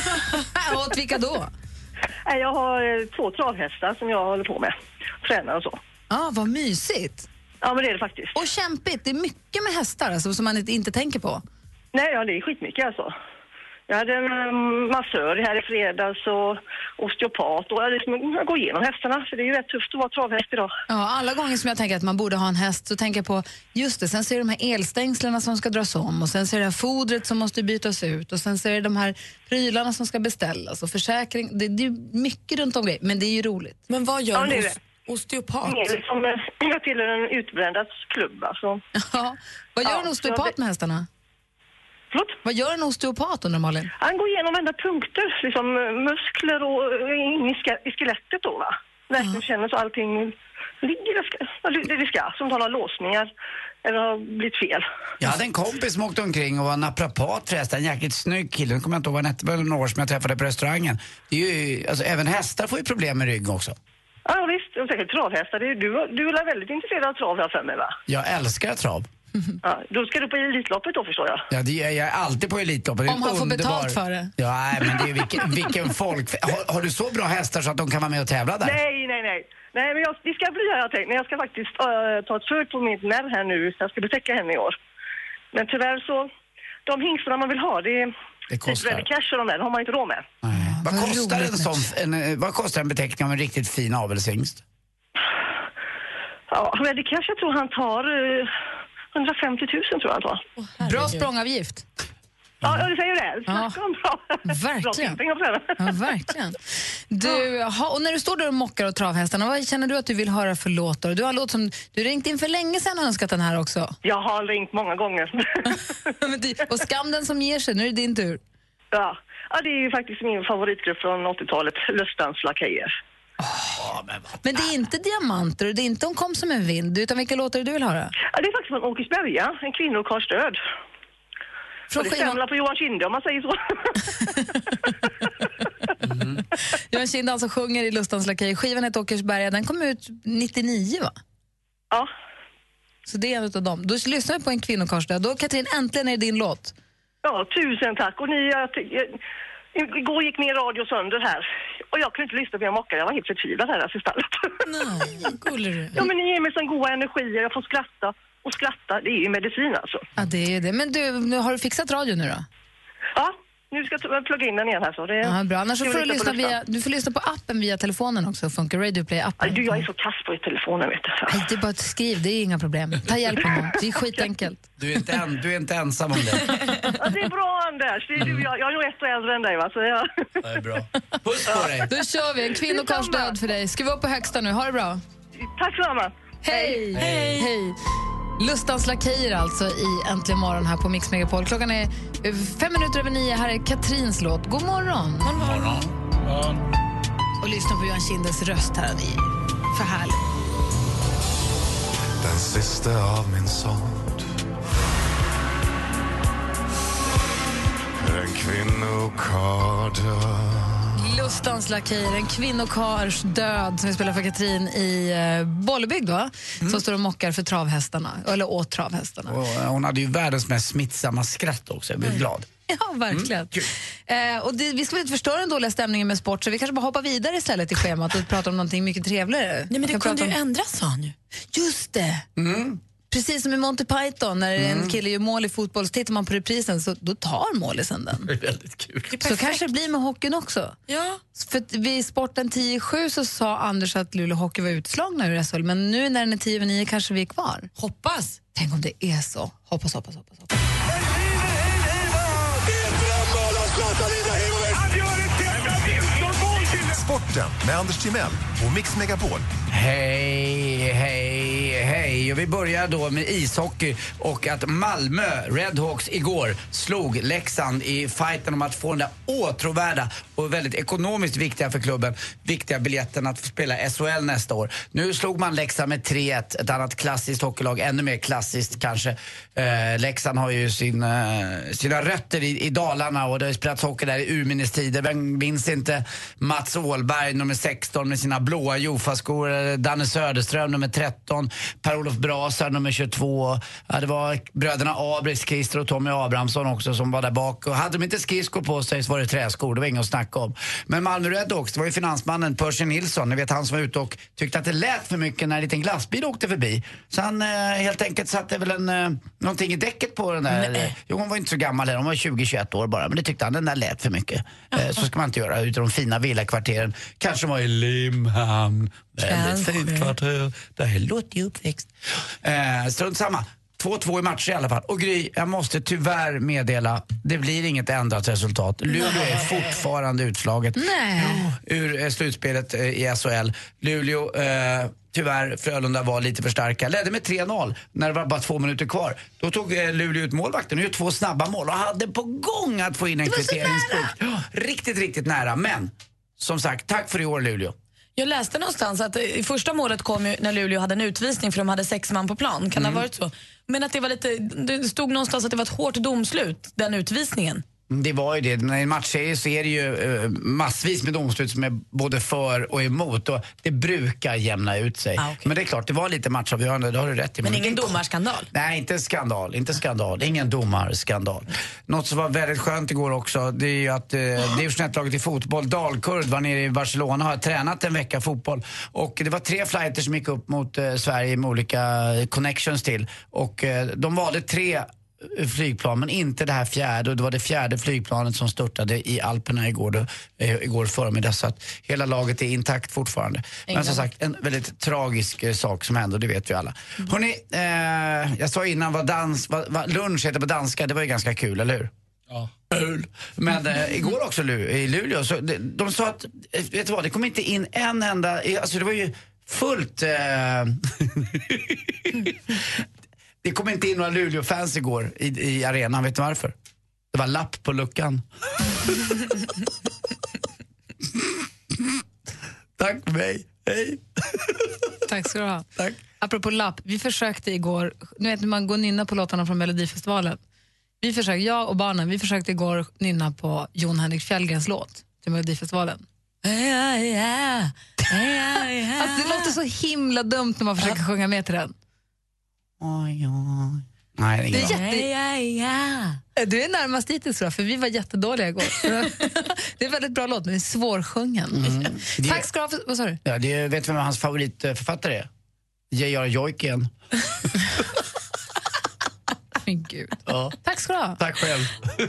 Åt vilka då? Jag har två travhästar som jag håller på med. Tränar och så. Ja, ah, vad mysigt. Ja, men det är det faktiskt. Och kämpigt. Det är mycket med hästar alltså, som man inte, inte tänker på. Nej, ja, det är skitmycket alltså. Jag hade en um, massör här i fredags och osteopat och jag, liksom, jag går igenom hästarna för det är ju rätt tufft att vara travhäst idag. Ja, alla gånger som jag tänker att man borde ha en häst så tänker jag på just det, sen ser det de här elstängslarna som ska dras om och sen ser det här fodret som måste bytas ut och sen ser det de här prylarna som ska beställas och försäkring. Det, det är mycket runt om grejer, men det är ju roligt. Men vad gör Ja, det är en det. os- osteopat? Det är liksom, eh, jag tillhör en utbrändadsklubb alltså. Ja, vad gör Ja, en osteopat så det- med hästarna? Förlåt? Vad gör en osteopat under Malin? Han går igenom varenda punkter, liksom eh, muskler och eh, in i, ska- i skelettet då va. Verkligen känner så allting ligger det ska, det det ska, som har några låsningar eller har blivit fel. Jag hade en kompis som åkte omkring och var naprapat förresten, en jäkligt snygg kille. Nu kommer jag inte ihåg vad han hette, väl några år som jag träffade på restaurangen. Det är ju, alltså, även hästar får ju problem med rygg också. Ja, visst. Och säkert travhästar. Du, du är väldigt intresserad av trav här för mig, va? Jag älskar trav. Ja, då ska du på Elitloppet då, förstår jag. Ja, det är, jag är alltid på Elitloppet. Om han får betalt för det. Ja, nej, men det är vilken, vilken folk... Har, har du så bra hästar så att de kan vara med och tävla där? Nej, nej, nej. Nej, men jag, det ska bli här, jag tänkt. Men jag ska faktiskt uh, ta ett föl på mitt märr här nu. Så jag ska betäcka henne i år. Men tyvärr så... De hingstarna man vill ha, det är... Det kostar. Ready cash och de där, de har man inte råd med. Nej. Vad, vad kostar en sån... En, vad kostar en beteckning av en riktigt fin avelshingst? Ja, Ready cash, jag tror han tar... Uh, hundrafemtio tusen tror jag han tar. Oh, bra språngavgift. Ja, jag säger det. Ja. Bra. Verkligen. Bra Ja, verkligen. Du, ha, och när du står där och mockar och travhästarna, vad känner du att du vill höra för låtar? Du har låt som du ringt in för länge sedan och önskat den här också. Jag har ringt många gånger. Och skam den som ger sig, nu är det din tur. Ja, ja det är ju faktiskt min favoritgrupp från åttiotalet, Lustans Lakejer. Oh, men, men det är inte diamanter och det är inte Om kom som en vind, utan vilka låtar du vill höra? Ja, det är faktiskt från Åkersberga, en kvinnokars död. Från det stämmer på Johan Kinde om man säger så. mm. Johan Kinde alltså sjunger i Lustans Lakejer. Skivan heter Åkersberga, den kom ut nittionio, va? Ja. Så det är en av dem. Då lyssnar vi på en kvinnokars död. Då, Katrin, äntligen är det din låt. Ja, tusen tack. Och ni, jag, jag, igår gick min radio sönder här. Och jag kunde inte lyssna på er mockare. Jag var helt förtvivlad här istället. Nej, gullig du. Ja, men ni ger mig sån goda energier. Jag får skratta och skratta. Det är ju medicin alltså. Ja, det är det. Men du, nu har du fixat radio nu då? Ja, nu ska jag plugga in den igen här. Så det, ja, bra. Annars så får du, lyssna via, du får lyssna på appen via telefonen också. Funkar Radio Play-appen. Ja, du, jag är så kass på i telefonen, vet du. Nej, det är bara att skriv. Det är inga problem. Ta hjälp av någon. Det är skitenkelt. Du är inte, en, du är inte ensam om det. Ja, det är bra, Anders. Det är du, jag, jag är nog ett år äldre än dig, va? Så jag... Det är bra. Puss på dig. Då kör vi. En kvinnokars död för dig. Skriv upp på högsta nu. Ha det bra. Tack så mycket. Hej. Hej. Hej. Lustans Lakejer alltså i Äntligen morgon här på Mix Megapol. Klockan är fem minuter över nio. Här är Katrins låt. God morgon. God morgon. God morgon. Och lyssna på Johan Kindes röst här. Det är för härligt. Den sista av min sånt. En kvinnokar. Lustans Lakejer, en kvinnokars död som vi spelar för Katrin i eh, Bollebygd, va? Mm. Som står och mockar för travhästarna, eller åt travhästarna. Och hon hade ju världens mest smittsamma skratt också, jag blev mm. glad. Ja, verkligen. Mm. Eh, och det, vi ska väl inte förstöra den dåliga stämningen med sport, så vi kanske bara hoppar vidare istället i schemat och pratar om någonting mycket trevligare. Nej, men det kunde ju om... ändras, sa han ju. Just det! Mm. Precis som i Monty Python, när mm. en kille gör mål i fotboll, så tittar man på reprisen, så då tar målisen den. Det är väldigt kul. Det är så kanske det blir med hockeyn också. Ja. För vid sporten tio sju så sa Anders att Luleå Hockey var utslagna ur S H L, men nu när den är tio över nio kanske vi är kvar. Hoppas. Tänk om det är så. Hoppas, hoppas, hoppas. hoppas. Sporten med Anders Timell och Mix Megapol. Hej, hej, hej. Och vi börjar då med ishockey och att Malmö Redhawks igår slog Leksand i fighten om att få den där åtråvärda och väldigt ekonomiskt viktiga för klubben, viktiga biljetten att få spela S H L nästa år. Nu slog man Leksand med tre ett, ett annat klassiskt hockeylag, ännu mer klassiskt kanske. Eh, Leksand har ju sin, eh, sina rötter i, i Dalarna och det har spelats hockey där i urminnes tider. Vem minns inte Mats Åhlberg nummer sexton med sina blåa Jofa-skor, Danne Söderström nummer tretton, Per-Olof Brasar nummer tjugotvå. Ja, det var bröderna Abris, Christer och Tommy Abrahamsson också som var där bak. Och hade de inte skridskor på sig så var det träskor, det var inget att snacka om. Men Malmö Redhawks, det var ju finansmannen Percy Nilsson, ni vet han som var ute och tyckte att det lät för mycket när en liten glassbil åkte förbi. Så han eh, helt enkelt satte väl en, eh, någonting i däcket på den där. Nej. Jo, hon var inte så gammal här, hon var tjugo tjugoett år bara, men det tyckte han, den där lät för mycket. Eh, så ska man inte göra, utan de fina villakvarteren. Kanske var i Limhamn. Väldigt fint kvarter. Det här låter ju uppväxt. Eh, strunt samma. två två i matcher i alla fall. Och Gry, jag måste tyvärr meddela, det blir inget ändrat resultat. Luleå är fortfarande utslaget. Nej. Ur eh, slutspelet eh, i S H L. Luleå, eh, tyvärr, Frölunda var lite för starka. Ledde med tre noll när det var bara två minuter kvar. Då tog eh, Luleå ut målvakten och gjorde två snabba mål och hade på gång att få in en kvitteringspunkt. Ja, riktigt, riktigt nära. Men, som sagt, tack för i år Luleå. Jag läste någonstans att i första målet kom ju när Luleå hade en utvisning för de hade sex man på plan. Kan mm. det ha varit så? Men att det var lite, det stod någonstans att det var ett hårt domslut, den utvisningen. Det var ju det. Men i en matchserie så är det ju uh, massvis med domslut som är både för och emot. Och det brukar jämna ut sig. Ah, okay. Men det är klart, det var lite matchavgörande, det har du rätt i. Men, men ingen domarskandal? Nej, inte skandal. Inte skandal. Ingen domarskandal. Något som var väldigt skönt igår också, det är ju att uh, division ett-laget i fotboll, Dalkurd, var nere i Barcelona, har tränat en vecka fotboll. Och det var tre flighter som gick upp mot uh, Sverige med olika connections till. Och uh, de valde tre flygplan, men inte det här fjärde, och det var det fjärde flygplanet som störtade i Alperna igår, då, eh, igår förmiddag, så att hela laget är intakt fortfarande. Ingen. Men som sagt, en väldigt tragisk eh, sak som hände, och det vet vi alla. Mm. Hörrni, eh, jag sa innan vad, dans, vad, vad lunch heter på danska, det var ju ganska kul, eller hur? Ja. Men eh, igår också i Luleå, så de, de sa att, vet du vad, det kom inte in en enda, alltså det var ju fullt eh, det kom inte in några Luleå-fans igår i, i arenan. Vet du varför? Det var lapp på luckan. Tack för mig. Hej. Tack ska du ha. Tack. Apropå lapp, vi försökte igår, nu vet man går nynna på låtarna från Melodifestivalen. Vi försökte, jag och barnen, vi försökte igår nynna på Jon Henrik Fjällgrens låt till Melodifestivalen. Alltså, det låter så himla dumt när man försöker sjunga med till den. Oj, oj. Nej, det är, det är jätte... ja, ja, ja. Du är närmast dit, för vi var jättedåliga igår. Det är en väldigt bra låt, men det är svårsjungen. Mm. Det... Tack ska du ha. Vad sa du? Ja, det, vet du vem hans favoritförfattare är? J R. Jojken. Min gud. Ja. Tack ska du ha. Tack själv.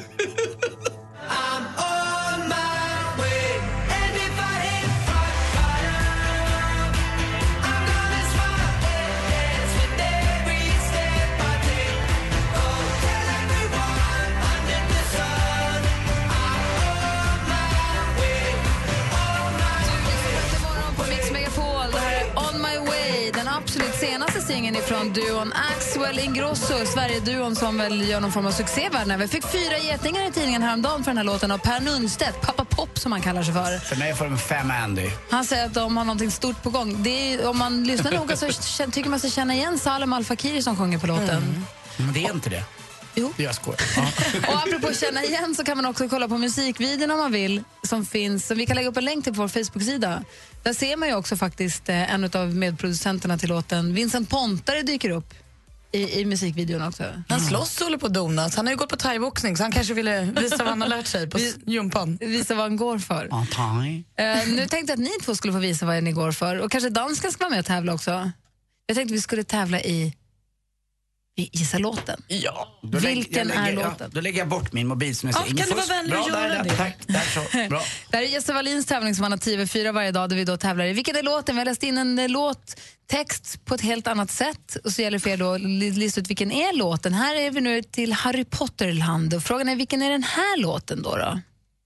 Absolut senaste singeln ifrån duon Axwell Ingrosso, Sverige-duon som väl gör någon form av succé världen över. Fick fyra getingar i tidningen häromdagen för den här låten av Per Nunstedt, Pappa Pop som han kallar sig för. För mig får de fem Andy. Han säger att de har någonting stort på gång. Det är, om man lyssnar noga så tycker man sig känna igen Salem Al Fakiri som sjunger på låten. Mm. Men det är inte det. Jo. Jag skojar. Ja. Och apropå känna igen så kan man också kolla på musikvideon om man vill, som finns, som vi kan lägga upp en länk till på vår Facebook-sida. Där ser man ju också faktiskt en av medproducenterna till låten, Vincent Pontare, dyker upp i, i musikvideon också. Han slåss och håller på donas. Han har ju gått på thaiboxning, så han kanske ville visa vad han har lärt sig på jumpan. Visa vad han går för. Oh, thai. Uh, nu tänkte jag att ni två skulle få visa vad ni går för. Och kanske dansken ska vara med och tävla också. Jag tänkte att vi skulle tävla i Gissa låten. Ja. Vilken lägger, är ja, låten? Då lägger jag bort min mobil som jag säger. Ja, kan du vara vänlig och göra där, det? Tack, där, så. Bra. Det här är Jesse Wallins tävling som han har tio över fyra varje dag där vi då tävlar i. Vilken är låten? Vi har läst in en låttext på ett helt annat sätt. Och så gäller det för er då att lista ut vilken är låten. Här är vi nu till Harry Potter-land. Och frågan är, vilken är den här låten då? då?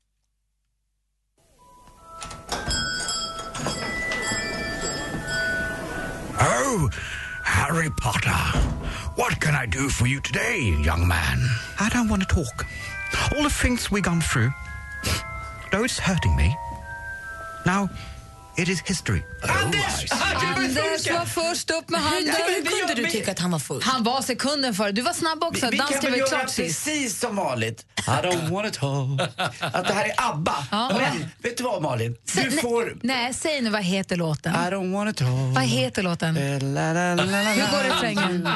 Oh, Harry Potter. What can I do for you today, young man? I don't want to talk. All the things we've gone through, though it's hurting me, now it is history. Anders! Anders var först upp med handen. Hur kunde du tycka att han var först? Han var sekunden för. Du var snabb också. Vi, vi kan väl göra precis som vanligt. I don't want to talk. Att det här är ABBA. Ja. Men vet du vad, Malin? Du S- får... Nej, nej, säg nu, vad heter låten? I don't want to talk. Vad heter låten? Hur går refrängen?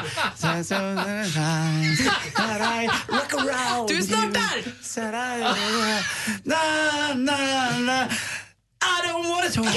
Du är snart där! Na, na, na. I don't want to talk.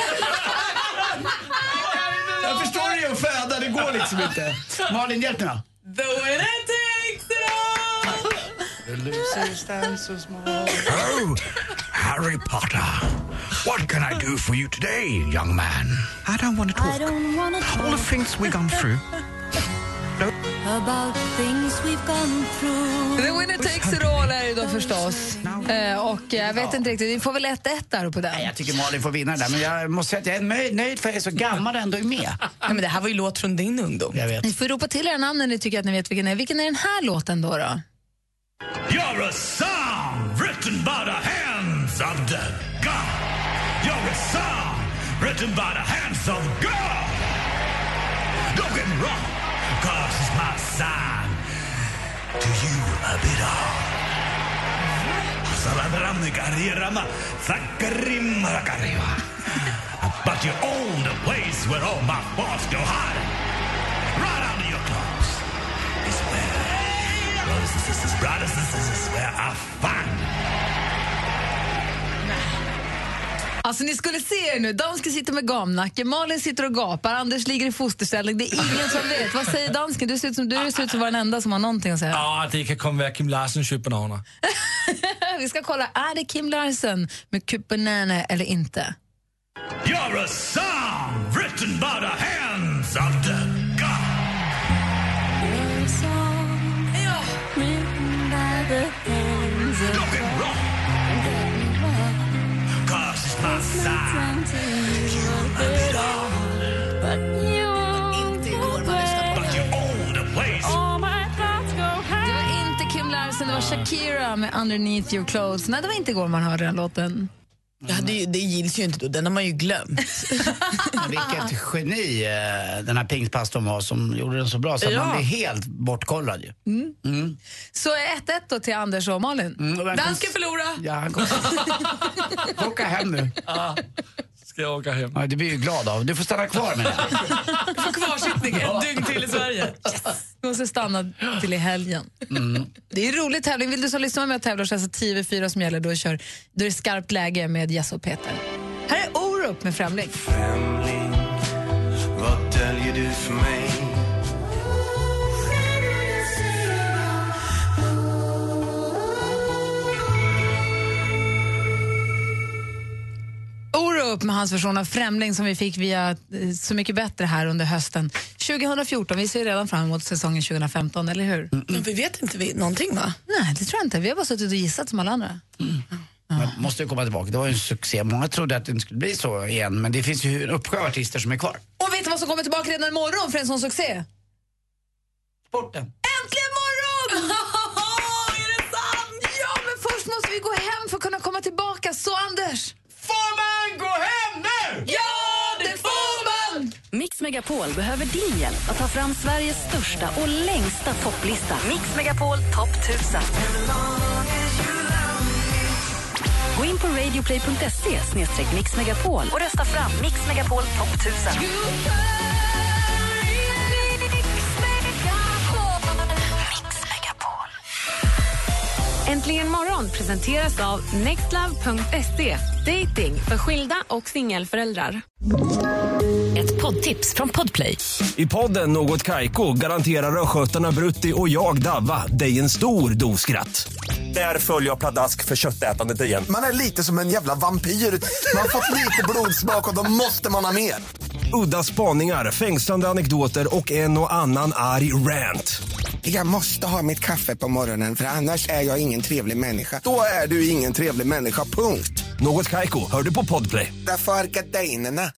Jag förstår dig att föda, det går liksom inte. Malin, hjälp mig då. The winner takes it all. The loser stands so small. Oh, Harry Potter. What can I do for you today, young man? I don't want to talk. I don't wanna talk. All the things we've gone through. About things we've gone through. The winner takes it all är det då förstås. Eh, och jag vet inte riktigt, vi får väl ett ett där på den. Nej, jag tycker Malin får vinna där, men jag måste säga att jag är nöjd, nöjd för jag är så gammal ändå är med. Ja, men det här var ju låt från din ungdom. Jag vet. Ni får ropa till era namn när ni tycker att ni vet vilken är. Vilken är den här låten då då? You're a song written by the hands of the God. You're a song written by the hands of God. Don't get me wrong, cause it's my sign to you a bit of. But you own the place where all my thoughts go hiding. Right under your clothes is where brothers and sisters, brothers and sisters, where I find. Alltså ni skulle se er nu. Dansken sitter med gamnacke, Malin sitter och gapar, Anders ligger i fosterställning. Det är ingen som vet. Vad säger dansken? Du ser ut som, du ser ut som var den enda som har någonting att säga. Ja, det kan komma vara Kim Larsen Köpenhamn. Vi ska kolla, är det Kim Larsen med Köpenhamn eller inte? You're a song written by the hands of the God. You're a song written by the hands of Don't get wrong. Cause it's my side. You love it all. But you won't away. But you own the place. All my thoughts go high. Det var inte Kim Larsen, det var Shakira med Underneath Your Clothes. Nej, det var inte igår man hörde den låten. Ja, det, det gills ju inte då, den har man ju glömt. Vilket geni den här pingstpastorn var som gjorde den så bra så att Ja. man blir helt bortkollad ju. Mm. Mm. Så ett ett då till Anders och Malin. Mm, Dansken förlora. Ja, han kommer. Åka hem nu. Ja, ska jag åka hem? Ja, det blir ju glad av. Du får stanna kvar med det. Du får kvarsittning ett dygn till i Sverige. Yes. Du måste stanna till i helgen. Mm. Det är en rolig tävling. Vill du som lyssnar med och tävlar så är det tio över fyra som gäller. Då, kör, då är det skarpt läge med Jess och Peter. Här är Orup med Främling. Främling, vad döljer du för mig? Orup med hans version av Främling som vi fick via eh, Så mycket bättre här under hösten tjugo fjorton. Vi ser redan fram emot säsongen tjugo femton, eller hur? Mm. Men vi vet inte vi, någonting, va? Nej, det tror jag inte. Vi har bara suttit och gissat som alla andra. Mm. Man måste ju komma tillbaka. Det var ju en succé. Många trodde att det inte skulle bli så igen. Men det finns ju en uppsjö av artister som är kvar. Och vet du vad som kommer tillbaka redan imorgon för en sån succé? Sporten. Äntligen morgon! Är det sant? Ja, men först måste vi gå hem för att kunna komma tillbaka. Så Anders! Får man gå hem nu? Ja, det får man! Mix Megapol behöver din hjälp att ta fram Sveriges största och längsta topplista. Mix Megapol topp tusen. Gå in på radioplay punkt se snedstreck mixmegapol och rösta fram Mix Megapol topp tusen. Äntligen morgon presenteras av nextlove punkt se. Dating för skilda och singelföräldrar. Ett poddtips från Podplay. I podden Något Kaiko garanterar östgötarna Brutti och jag Davva dig en stor doskratt. Där följer jag pladask för köttätandet igen. Man är lite som en jävla vampyr. Man har fått lite blodsmak och då måste man ha mer. Udda spaningar, fängslande anekdoter och en och annan arg rant. Jag måste ha mitt kaffe på morgonen för annars är jag ingen trevlig människa. Då är du ingen trevlig människa, punkt. Något Kaiko, hör du på Podplay. Därför är gardinerna.